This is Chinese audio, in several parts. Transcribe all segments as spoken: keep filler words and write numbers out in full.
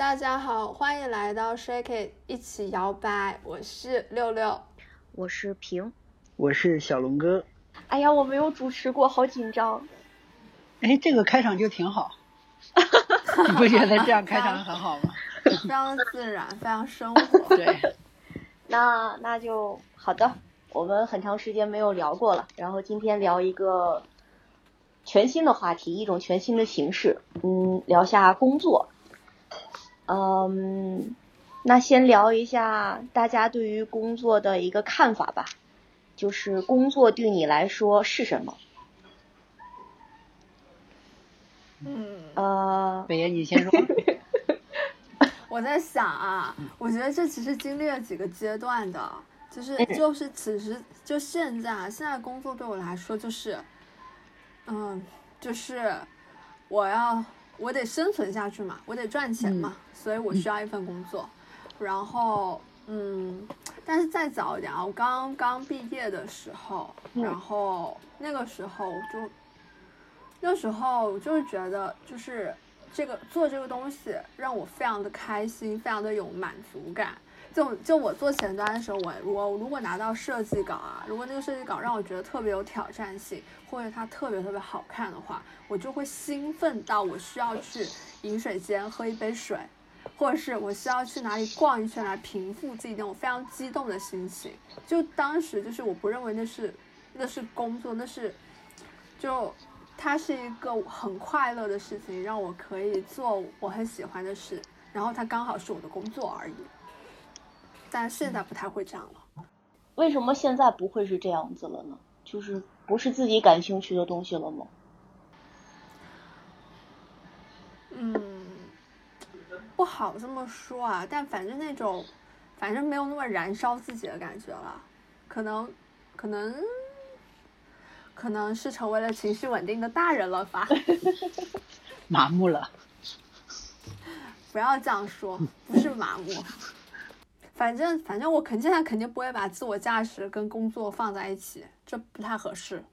大家好，欢迎来到 Shake It 一起摇摆，我是六六， 我是平， 我是小龙哥。 哎呀，我没有主持过，好紧张。 哎，这个开场就挺好，你不觉得这样开场很好吗？ 非常自然，非常生活。 对， 那那就好的，我们很长时间没有聊过了，然后今天聊一个全新的话题，一种全新的形式，嗯，聊下工作。嗯，那先聊一下大家对于工作的一个看法吧，就是工作对你来说是什么？ 嗯， 呃， 北爷你先说。 我在想啊，我觉得这其实经历了几个阶段的，就是就是此时就现在啊，现在工作对我来说就是，嗯，就是我要我得生存下去嘛，我得赚钱嘛，嗯、所以我需要一份工作，嗯、然后嗯，但是再早一点啊，我刚刚毕业的时候，然后那个时候就那时候我就是觉得就是。这个做这个东西让我非常的开心，非常的有满足感。就就我做前端的时候，我我如果拿到设计稿啊，如果那个设计稿让我觉得特别有挑战性，或者它特别特别好看的话，我就会兴奋到我需要去饮水间喝一杯水，或者是我需要去哪里逛一圈来平复自己那种非常激动的心情。就当时就是我不认为那是那是工作，那是就。它是一个很快乐的事情，让我可以做我很喜欢的事，然后它刚好是我的工作而已。但现在不太会这样了。 为什么现在不会是这样子了呢？就是不是自己感兴趣的东西了吗？ 嗯，不好这么说啊，但反正那种，反正没有那么燃烧自己的感觉了，可能，可能。可能是成为了情绪稳定的大人了吧。 麻木了。 不要这样说，不是麻木。反正反正我肯现在肯定不会把自我价值跟工作放在一起，这不太合适。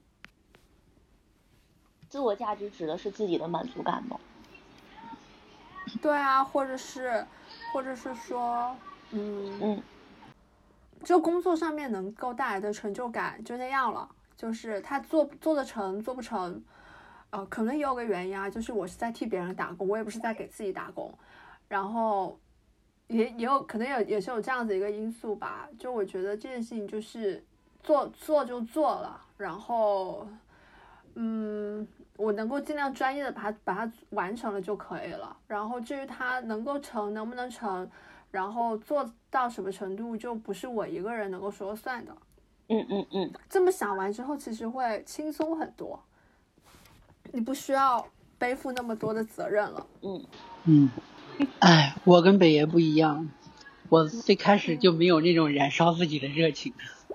自我价值指的是自己的满足感吗？ 对啊，或者是或者是说嗯嗯， 就工作上面能够带来的成就感就那样了。就是他做做得成做不成，呃，可能也有个原因啊，就是我是在替别人打工，我也不是在给自己打工，然后也也有可能也也是有这样子一个因素吧。就我觉得这件事情就是做做就做了，然后嗯，我能够尽量专业的把它把它完成了就可以了。然后至于它能够成能不能成，然后做到什么程度，就不是我一个人能够说了算的。 嗯嗯嗯， 这么想完之后，其实会轻松很多，你不需要背负那么多的责任了。 嗯嗯，哎，我跟北爷不一样，我最开始就没有那种燃烧自己的热情。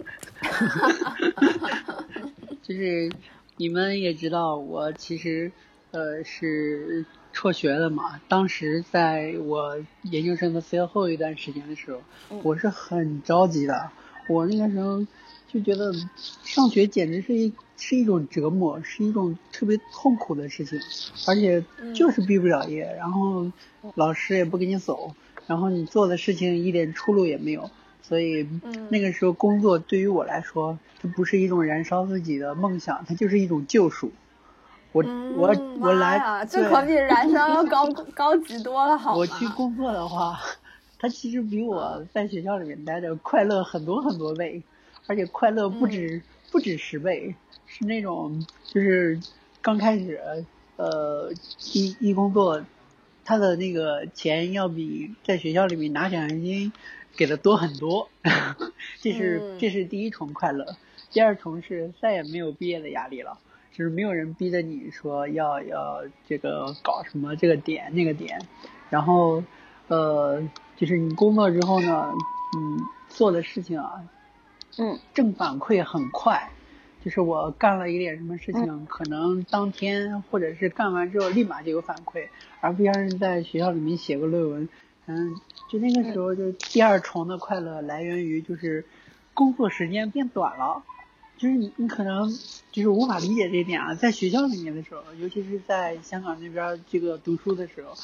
就是你们也知道，我其实呃是辍学了嘛。当时在我研究生的最后一段时间的时候，我是很着急的。我那个时候就觉得上学简直是一是一种折磨，是一种特别痛苦的事情，而且就是毕不了业，然后老师也不给你走，然后你做的事情一点出路也没有。所以那个时候工作对于我来说，它不是一种燃烧自己的梦想，它就是一种救赎。我、嗯、我我来， 这可比燃烧要高高级多了，好吗？ 我去工作的话，它其实比我在学校里面待着快乐很多很多倍，而且快乐不止、嗯、不止十倍，是那种就是刚开始呃一一工作，他的那个钱要比在学校里面拿奖学金给的多很多。这是这是第一重快乐。第二重是再也没有毕业的压力了，就是没有人逼着你说要要这个搞什么这个点那个点，然后呃就是你工作之后呢，嗯做的事情啊， 嗯正反馈很快，就是我干了一点什么事情，可能当天或者是干完之后立马就有反馈，而不像是在学校里面写个论文。嗯，就那个时候就第二重的快乐来源于就是工作时间变短了。就是你你可能就是无法理解这一点啊，在学校里面的时候，尤其是在香港那边这个读书的时候，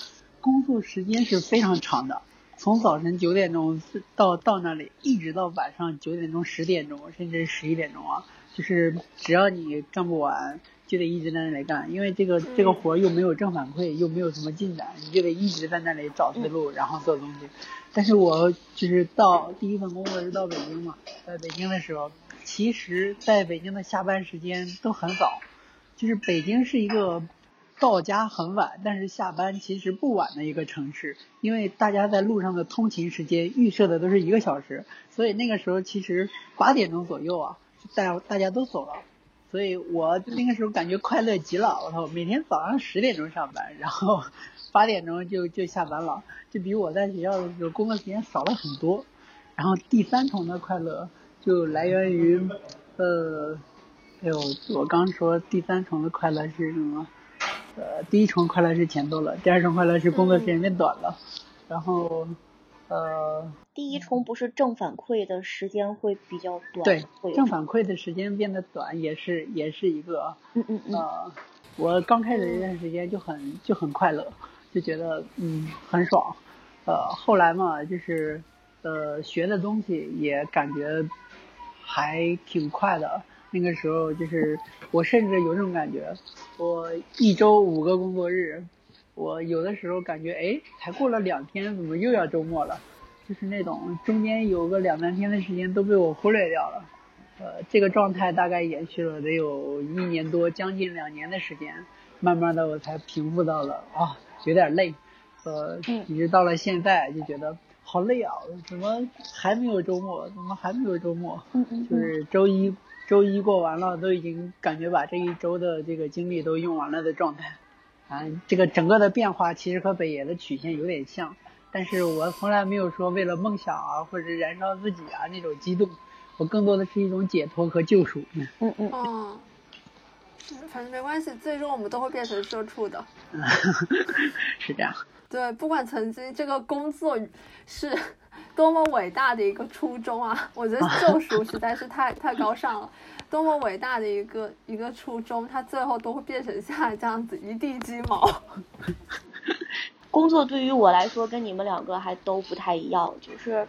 工作时间是非常长的，从早晨九点钟到到那里，一直到晚上九点钟、十点钟，甚至十一点钟啊，就是只要你干不完，就得一直在那里干，因为这个这个活又没有正反馈，又没有什么进展，你就得一直在那里找思路，然后做东西。但是我就是到第一份工作是到北京嘛，在北京的时候，其实在北京的下班时间都很早，就是北京是一个到家很晚，但是下班其实不晚的一个城市，因为大家在路上的通勤时间预设的都是一个小时，所以那个时候其实八点钟左右啊，大大家都走了，所以我那个时候感觉快乐极了，我操，每天早上十点钟上班，然后八点钟就就下班了，就比我在学校的时候工作时间少了很多。然后第三重的快乐就来源于，呃，哎呦，我刚说第三重的快乐是什么？呃，第一重快乐是钱多了，第二重快乐是工作时间变短了，嗯、然后，呃， 第一重不是正反馈的时间会比较短？ 对，正反馈的时间变得短也是也是一个， 嗯嗯嗯， 呃，我刚开始这段时间就很就很快乐，就觉得嗯很爽，呃，后来嘛就是呃学的东西也感觉还挺快的。那个时候就是我甚至有这种感觉，我一周五个工作日，我有的时候感觉哎才过了两天，怎么又要周末了？就是那种中间有个两三天的时间都被我忽略掉了，呃，这个状态大概延续了得有一年多，将近两年的时间，慢慢的我才平复到了啊有点累，呃，一直到了现在就觉得好累啊，怎么还没有周末？怎么还没有周末？ 嗯嗯， 就是周一周一过完了，都已经感觉把这一周的这个精力都用完了的状态，啊，这个整个的变化其实和北野的曲线有点像。但是我从来没有说为了梦想啊或者燃烧自己啊那种激动，我更多的是一种解脱和救赎。 嗯嗯嗯，反正没关系，最终我们都会变成社畜的。 是这样。 对，不管曾经这个工作是多么伟大的一个初衷啊，我觉得救赎实在是太太高尚了。多么伟大的一个一个初衷，它最后都会变成现在这样子一地鸡毛。 工作对于我来说跟你们两个还都不太一样，就是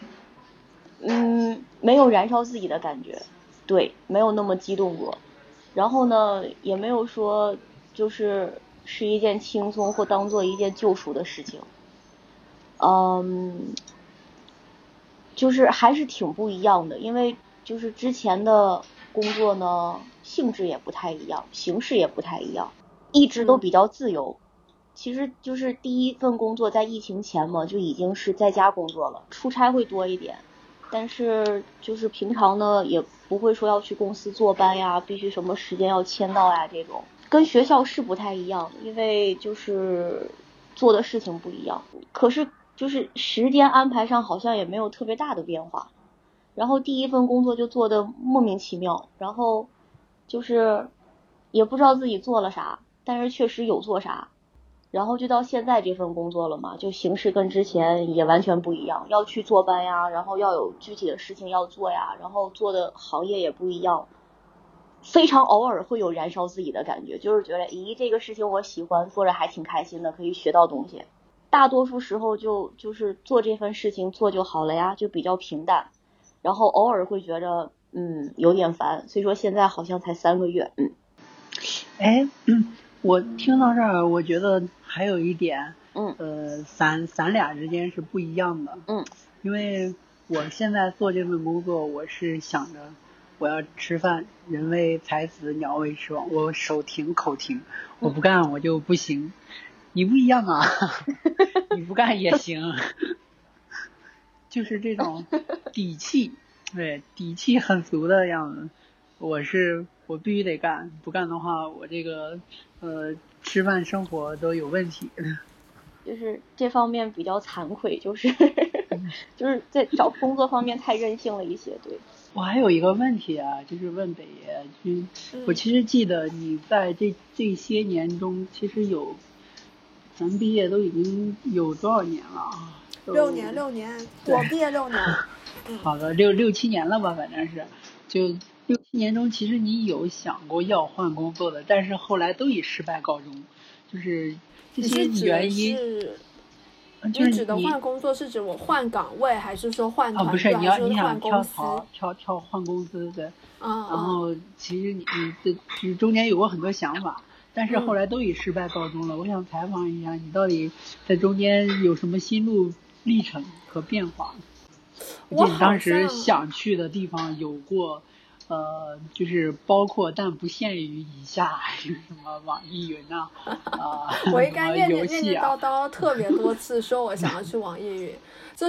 嗯没有燃烧自己的感觉，对，没有那么激动过，然后呢也没有说就是是一件轻松或当做一件救赎的事情，嗯，就是还是挺不一样的，因为就是之前的工作呢性质也不太一样，形式也不太一样，一直都比较自由。嗯，其实就是第一份工作在疫情前嘛，就已经是在家工作了，出差会多一点，但是就是平常呢也不会说要去公司坐班呀，必须什么时间要签到呀，这种跟学校是不太一样，因为就是做的事情不一样，可是就是时间安排上好像也没有特别大的变化。然后第一份工作就做的莫名其妙，然后就是也不知道自己做了啥，但是确实有做啥。然后就到现在这份工作了嘛，就形式跟之前也完全不一样，要去坐班呀，然后要有具体的事情要做呀，然后做的行业也不一样，非常偶尔会有燃烧自己的感觉，就是觉得咦这个事情我喜欢，做着还挺开心的，可以学到东西。大多数时候就就是做这份事情做就好了呀，就比较平淡，然后偶尔会觉着嗯有点烦，所以说现在好像才三个月。嗯， 哎，嗯，我听到这儿，我觉得还有一点， 嗯， 呃，咱咱俩之间是不一样的， 嗯， 因为我现在做这份工作，我是想着我要吃饭，人为财死，鸟为食亡，我手停口停，我不干我就不行。你不一样啊，你不干也行，就是这种底气，对，底气很足的样子。我是我必须得干，不干的话，我这个呃吃饭生活都有问题。 就是这方面比较惭愧，就是就是在找工作方面太任性了一些。对， 我还有一个问题啊，就是问北爷，就我其实记得你在这这些年中，其实有咱们毕业都已经有多少年了啊？ 六年，六年，我毕业六年。 好的，六六七年了吧，反正是，就六七年中，其实你有想过要换工作的，但是后来都以失败告终，就是这些原因。 是就是你指的换工作是指我换岗位，还是说换团队， 啊不是你要你还是换想跳公司？ 槽跳跳换公司的， 嗯， 然后其实你你这你中间有过很多想法，但是后来都以失败告终了。嗯、我想采访一下你到底在中间有什么心路历程和变化？ 我你当时想去的地方有过。呃，就是包括但不限于以下，有什么网易云啊，啊、呃， 我应该念念念念叨叨特别多次，说我想要去网易云，就是，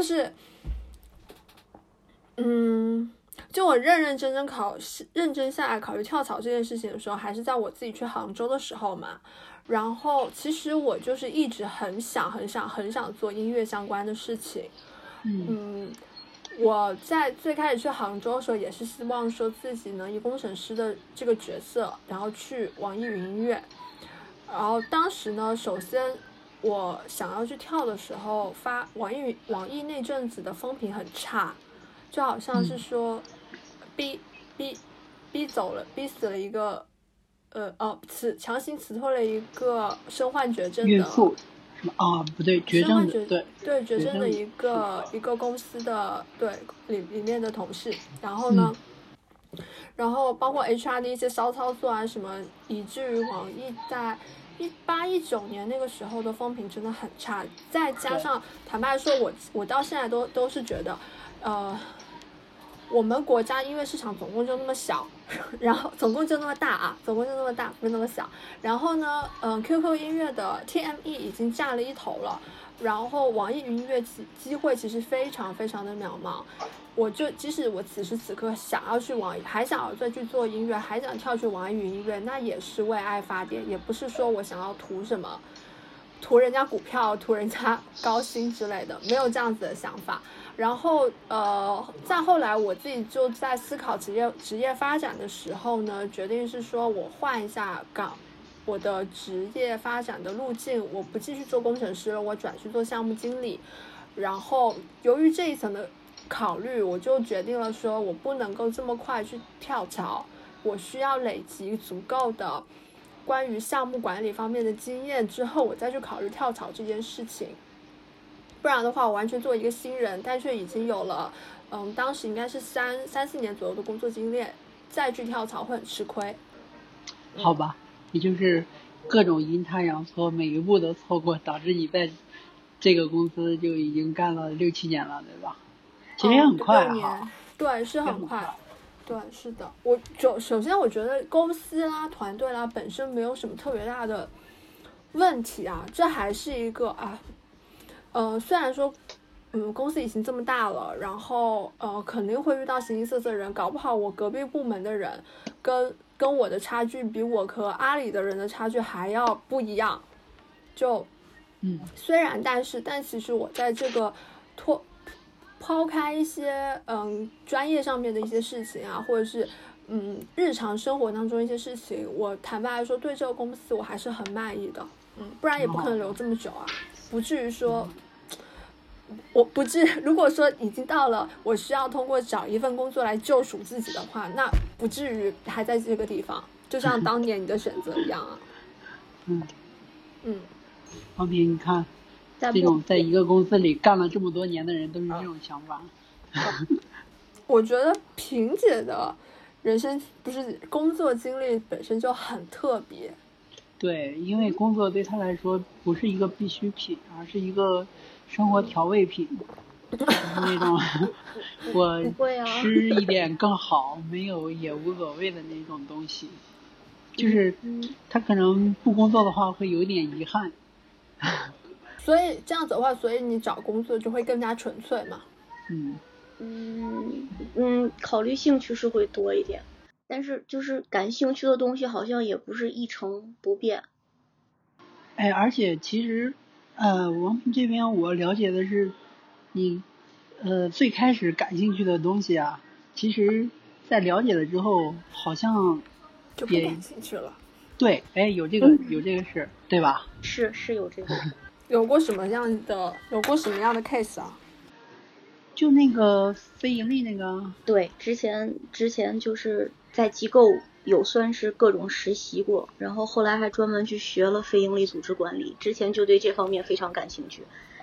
嗯，就我认认真真考认真下来考虑跳槽这件事情的时候，还是在我自己去杭州的时候嘛。然后其实我就是一直很想很想很想做音乐相关的事情， 嗯。 嗯我在最开始去杭州的时候，也是希望说自己能以工程师的这个角色，然后去网易云音乐。然后当时呢，首先我想要去跳的时候，发网易网易那阵子的风评很差，就好像是说逼逼逼走了，逼死了一个呃哦辞强行辞退了一个身患绝症的孕妇。啊，不对，绝症的，对对绝症的一个一个公司的对里里面的同事，然后呢，嗯、然后包括 H R 的一些骚操作啊什么，以至于网易在一八一九年那个时候的风评真的很差，再加上坦白说我，我我到现在都都是觉得，呃。我们国家音乐市场总共就那么小，然后总共就那么大啊，总共就那么大，不是那么小。然后呢，嗯、呃、，Q Q 音乐的 T M E 已经占了一头了，然后网易云音乐机机会其实非常非常的渺茫。我就即使我此时此刻想要去网易，还想要再去做音乐，还想跳去网易云音乐，那也是为爱发电，也不是说我想要图什么，图人家股票，图人家高薪之类的，没有这样子的想法。然后呃，再后来我自己就在思考职业职业发展的时候呢，决定是说我换一下岗，我的职业发展的路径，我不继续做工程师了，我转去做项目经理。然后由于这一层的考虑，我就决定了说我不能够这么快去跳槽，我需要累积足够的关于项目管理方面的经验之后，我再去考虑跳槽这件事情。不然的话，我完全做一个新人，但却已经有了，嗯，当时应该是三三四年左右的工作经验，再去跳槽会很吃亏。 好吧，也就是各种阴差阳错，每一步都错过，导致你在这个公司就已经干了六七年了，对吧？其实也很快哈、 嗯。对，是很快。对，是的。我就首先我觉得公司啦、团队啦本身没有什么特别大的问题啊，这还是一个啊。呃，虽然说，嗯，公司已经这么大了，然后呃，肯定会遇到形形色色的人，搞不好我隔壁部门的人跟跟我的差距比我和阿里的人的差距还要不一样，就， 嗯， 虽然但是但其实我在这个脱抛开一些嗯专业上面的一些事情啊，或者是嗯日常生活当中一些事情，我坦白来说对这个公司我还是很满意的，嗯，不然也不可能留这么久啊，不至于说。我不至，如果说已经到了我需要通过找一份工作来救赎自己的话，那不至于还在这个地方，就像当年你的选择一样啊。 嗯嗯， 王平，你看，这种在一个公司里干了这么多年的人都是这种想法。 我觉得萍姐的人生不是工作经历本身就很特别。 对，因为工作对他来说不是一个必需品，而是一个生活调味品，就是那种我吃一点更好，没有也无所谓的那种东西。就是他可能不工作的话会有点遗憾。 所以这样子的话，所以你找工作就会更加纯粹嘛。 嗯嗯嗯，考虑兴趣是会多一点。但是就是感兴趣的东西好像也不是一成不变。 哎，而且其实呃王平这边我了解的是你呃最开始感兴趣的东西啊，其实在了解了之后好像就不感兴趣了。 对，哎，有这个、嗯、有这个事，对吧？ 是是有这个。 有过什么样的有过什么样的 case 啊？ 就那个非盈利那个。 对，之前之前就是在机构有算是各种实习过，然后后来还专门去学了非盈利组织管理，之前就对这方面非常感兴趣，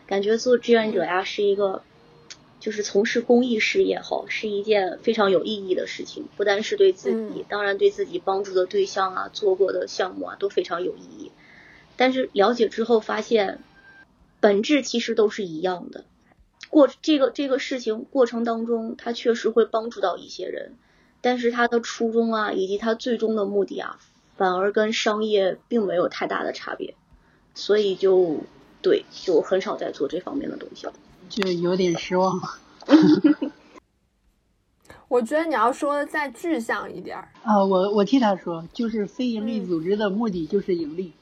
感觉做志愿者呀是一个，就是从事公益事业后是一件非常有意义的事情，不单是对自己， 嗯、 当然对自己帮助的对象啊、做过的项目啊都非常有意义。但是了解之后发现，本质其实都是一样的。过这个这个事情过程当中，它确实会帮助到一些人，但是它的初衷啊，以及它最终的目的啊，反而跟商业并没有太大的差别，所以就对，就很少在做这方面的东西了， 就有点失望。 我觉得你要说的再具象一点啊，我我替他说，就是非营利组织的目的就是盈利。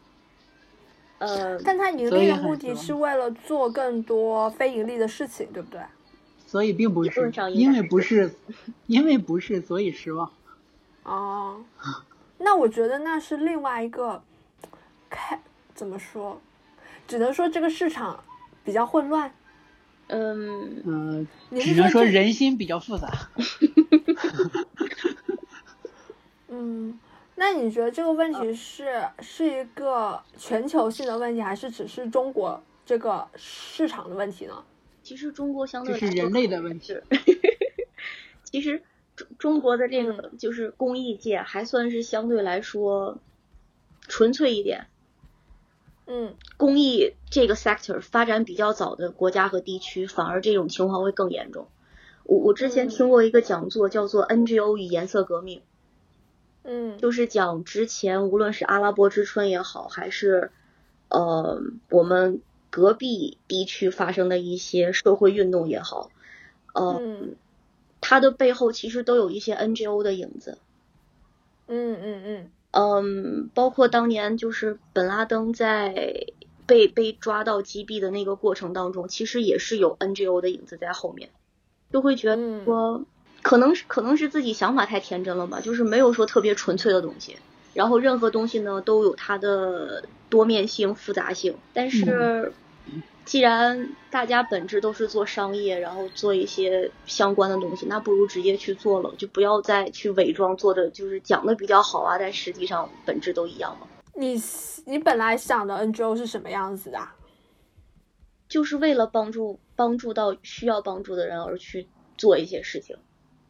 呃， 但它盈利的目的是为了做更多非盈利的事情，对不对？ 所以并不是，因为不是，因为不是，所以失望。 哦，那我觉得那是另外一个，看怎么说，只能说这个市场比较混乱。 嗯嗯、呃，只能说人心比较复杂。 嗯。那你觉得这个问题是是一个全球性的问题，还是只是中国这个市场的问题呢？ 其实中国相对来说是人类的问题。 其实中中国的这个就是公益界还算是相对来说纯粹一点。 嗯， 公益这个 sector 发展比较早的国家和地区，反而这种情况会更严重。我我之前听过一个讲座，叫做 N G O 与颜色革命。 嗯， 就是讲之前无论是阿拉伯之春也好，还是呃我们隔壁地区发生的一些社会运动也好，呃， 嗯， 它的背后其实都有一些 N G O 的影子。 嗯嗯嗯嗯，包括当年就是本拉登在被被抓到击毙的那个过程当中，其实也是有 N G O 的影子在后面，就会觉得说。可能是可能是自己想法太天真了吧，就是没有说特别纯粹的东西，然后任何东西呢都有它的多面性、复杂性。但是既然大家本质都是做商业，然后做一些相关的东西，那不如直接去做了，就不要再去伪装做的就是讲的比较好啊，但实际上本质都一样嘛。 你你本来想的 N G O 是什么样子的？ 就是为了帮助帮助到需要帮助的人而去做一些事情。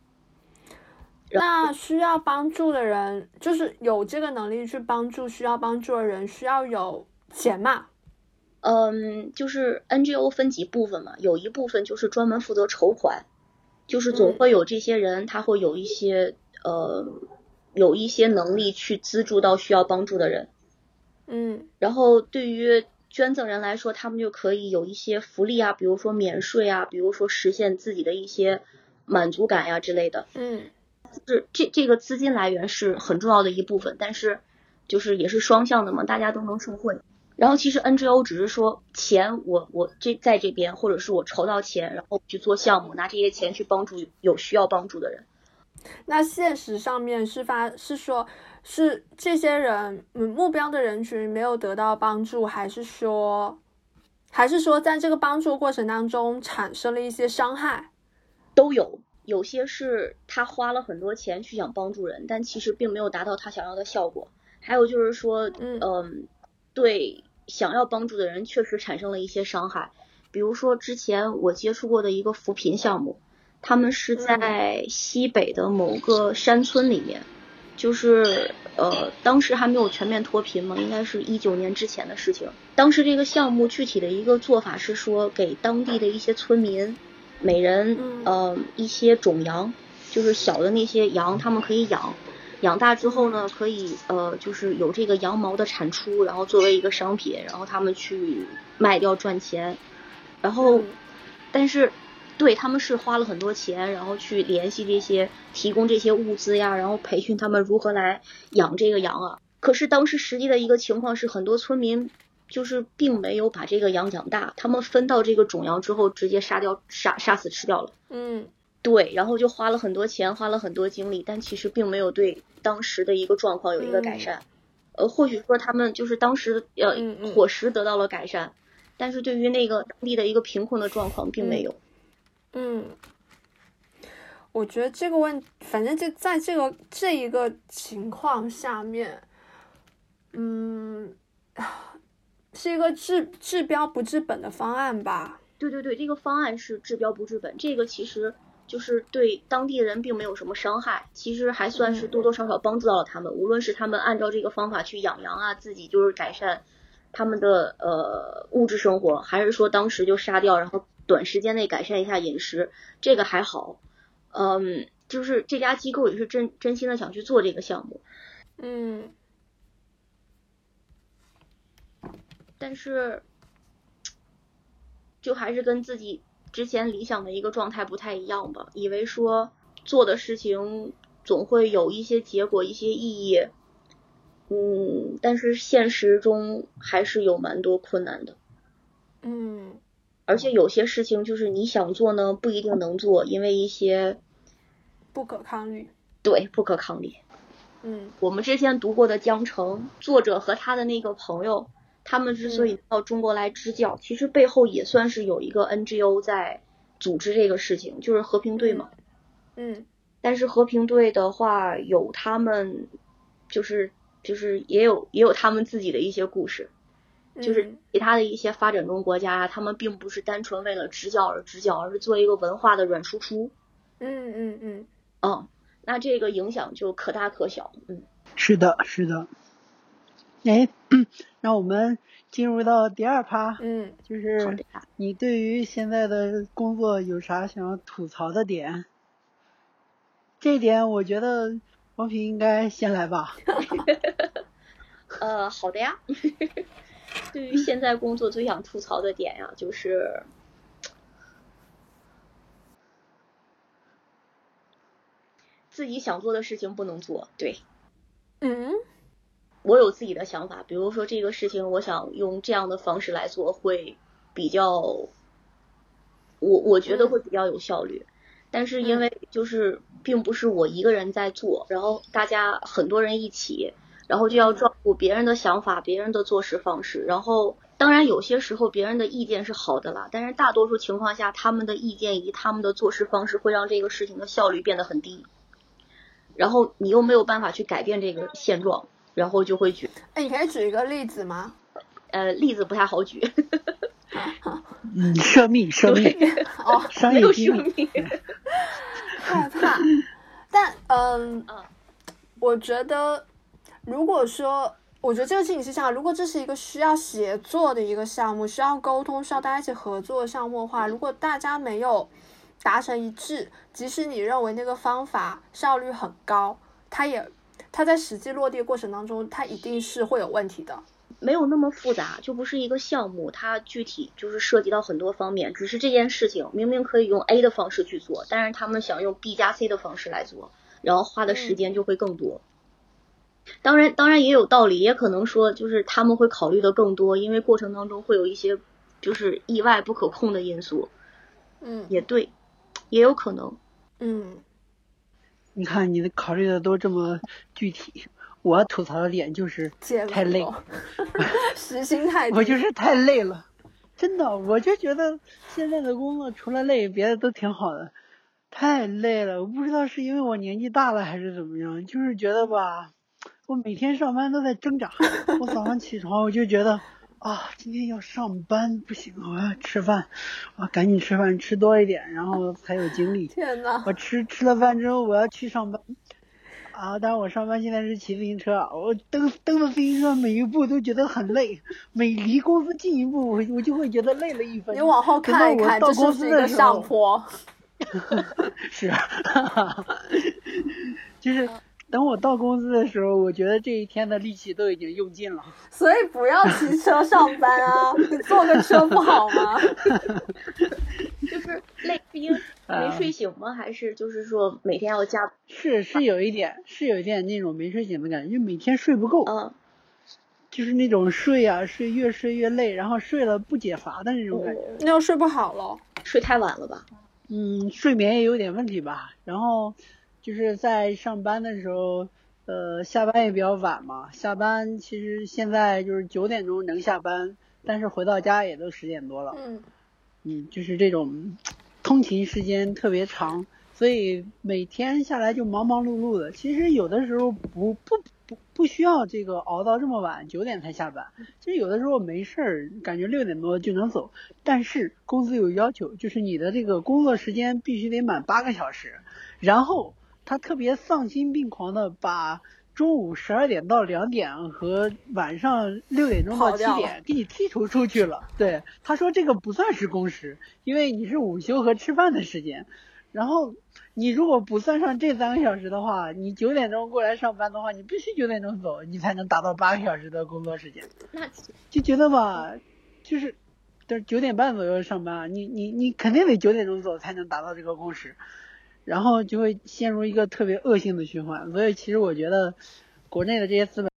那需要帮助的人，就是有这个能力去帮助需要帮助的人，需要有钱嘛？ 嗯，就是 N G O 分几部分嘛，有一部分就是专门负责筹款，就是总会有这些人，他会有一些呃有一些能力去资助到需要帮助的人。 嗯， 然后对于捐赠人来说，他们就可以有一些福利啊，比如说免税啊，比如说实现自己的一些满足感呀之类的。 嗯。 是这这个资金来源是很重要的一部分，但是就是也是双向的嘛，大家都能受惠。然后其实 N G O 只是说钱我我这在这边，或者是我筹到钱，然后去做项目，拿这些钱去帮助有需要帮助的人。 那现实上面是发是说是这些人嗯目标的人群没有得到帮助，还是说还是说在这个帮助过程当中产生了一些伤害？ 都有。有些是他花了很多钱去想帮助人，但其实并没有达到他想要的效果。还有就是说，嗯、呃，对想要帮助的人确实产生了一些伤害。比如说之前我接触过的一个扶贫项目，他们是在西北的某个山村里面，就是呃当时还没有全面脱贫嘛，应该是一九年之前的事情。当时这个项目具体的一个做法是说，给当地的一些村民。每人呃一些种羊，就是小的那些羊，他们可以养，养大之后呢，可以呃就是有这个羊毛的产出，然后作为一个商品，然后他们去卖掉赚钱。然后，但是对他们是花了很多钱，然后去联系这些提供这些物资呀，然后培训他们如何来养这个羊啊。可是当时实际的一个情况是，很多村民。就是并没有把这个羊养大，他们分到这个种羊之后，直接杀掉、杀杀死吃掉了。 嗯， 对，然后就花了很多钱，花了很多精力，但其实并没有对当时的一个状况有一个改善。嗯、呃，或许说他们就是当时呃伙食得到了改善，嗯、但是对于那个当地的一个贫困的状况并没有。 嗯，嗯我觉得这个问，反正就在这个这一个情况下面，嗯。 是一个治治标不治本的方案吧？ 对对对，这个方案是治标不治本，这个其实就是对当地人并没有什么伤害，其实还算是多多少少帮助到了他们，无论是他们按照这个方法去养羊啊，自己就是改善他们的呃物质生活，还是说当时就杀掉，然后短时间内改善一下饮食，这个还好。嗯，就是这家机构也是真真心的想去做这个项目。 嗯， 但是就还是跟自己之前理想的一个状态不太一样吧，以为说做的事情总会有一些结果一些意义，嗯，但是现实中还是有蛮多困难的。 嗯， 而且有些事情就是你想做呢不一定能做，因为一些不可抗力。 对，不可抗力。 嗯， 我们之前读过的江城，作者和他的那个朋友，他们之所以到中国来支教，嗯、其实背后也算是有一个 N G O 在组织这个事情，就是和平队嘛。 嗯。嗯， 但是和平队的话，有他们，就是就是也有也有他们自己的一些故事，就是其他的一些发展中国家，他们并不是单纯为了支教而支教，而是做一个文化的软输出。 嗯嗯嗯。 哦，那这个影响就可大可小。嗯， 是的，是的。哎，让我们进入到第二趴， 嗯， 就是你对于现在的工作有啥想要吐槽的点？这一点我觉得王平应该先来吧。 呃，好的呀。对于现在工作最想吐槽的点呀，就是自己想做的事情不能做。对， 嗯， 我有自己的想法，比如说这个事情，我想用这样的方式来做，会比较，我我觉得会比较有效率。嗯、但是因为就是并不是我一个人在做，然后大家很多人一起，然后就要照顾别人的想法、别人的做事方式，然后当然有些时候别人的意见是好的啦，但是大多数情况下他们的意见以及他们的做事方式会让这个事情的效率变得很低，然后你又没有办法去改变这个现状，然后就会举。 哎，你可以举一个例子吗？ 呃，例子不太好举。 嗯，涉密涉密哦， 商业机密。 害怕，但嗯，我觉得如果说，我觉得这个事情是这样，如果这是一个需要协作的一个项目，需要沟通，需要大家一起合作的项目的话，如果大家没有达成一致，即使你认为那个方法效率很高，它也它在实际落地的过程当中，它一定是会有问题的。 没有那么复杂，就不是一个项目，它具体就是涉及到很多方面，只是这件事情明明可以用 A 的方式去做，但是他们想用 B 加 C 的方式来做，然后花的时间就会更多。嗯、当然当然也有道理，也可能说就是他们会考虑的更多，因为过程当中会有一些就是意外不可控的因素。 嗯， 也对，也有可能。 嗯， 你看你的考虑的都这么具体，我吐槽的点就是太累， 时薪太低， 我就是太累了，真的，我就觉得现在的工作除了累，别的都挺好的，太累了。我不知道是因为我年纪大了还是怎么样，就是觉得吧，我每天上班都在挣扎。我早上起床我就觉得啊，今天要上班，不行，我要吃饭，我赶紧吃饭，吃多一点，然后才有精力。 天哪！ 我吃吃了饭之后，我要去上班。啊，但是我上班现在是骑自行车，我蹬蹬着自行车每一步都觉得很累，每离公司近一步，我我就会觉得累了一分。 你往后看一看， 到公司的这是一个上坡。 是，就是等我到公司的时候，我觉得这一天的力气都已经用尽了。 所以不要骑车上班啊！你坐个车不好吗？ 就是累是因为没睡醒吗？还是就是说每天要加？ 是是有一点，是有一点那种没睡醒的感觉，就每天睡不够。 嗯， 就是那种睡啊，睡越睡越累，然后睡了不解乏的那种感觉。 那又睡不好了， 睡太晚了吧？ 嗯，睡眠也有点问题吧。然后就是在上班的时候，呃，下班也比较晚嘛。下班其实现在就是九点钟能下班，但是回到家也都十点多了。 嗯。 嗯，就是这种通勤时间特别长，所以每天下来就忙忙碌碌的。其实有的时候不不不不需要这个熬到这么晚九点才下班。其实有的时候没事儿，感觉六点多就能走，但是公司有要求，就是你的这个工作时间必须得满八个小时。然后他特别丧心病狂的把中午十二点到两点和晚上六点钟到七点给你剔除出去了。对，他说这个不算是工时，因为你是午休和吃饭的时间。然后你如果不算上这三个小时的话，你九点钟过来上班的话，你必须九点钟走，你才能达到八个小时的工作时间。 那就觉得吧，就是就是九点半左右上班，你你你肯定得九点钟走才能达到这个工时。然后就会陷入一个特别恶性的循环。所以其实我觉得国内的这些资本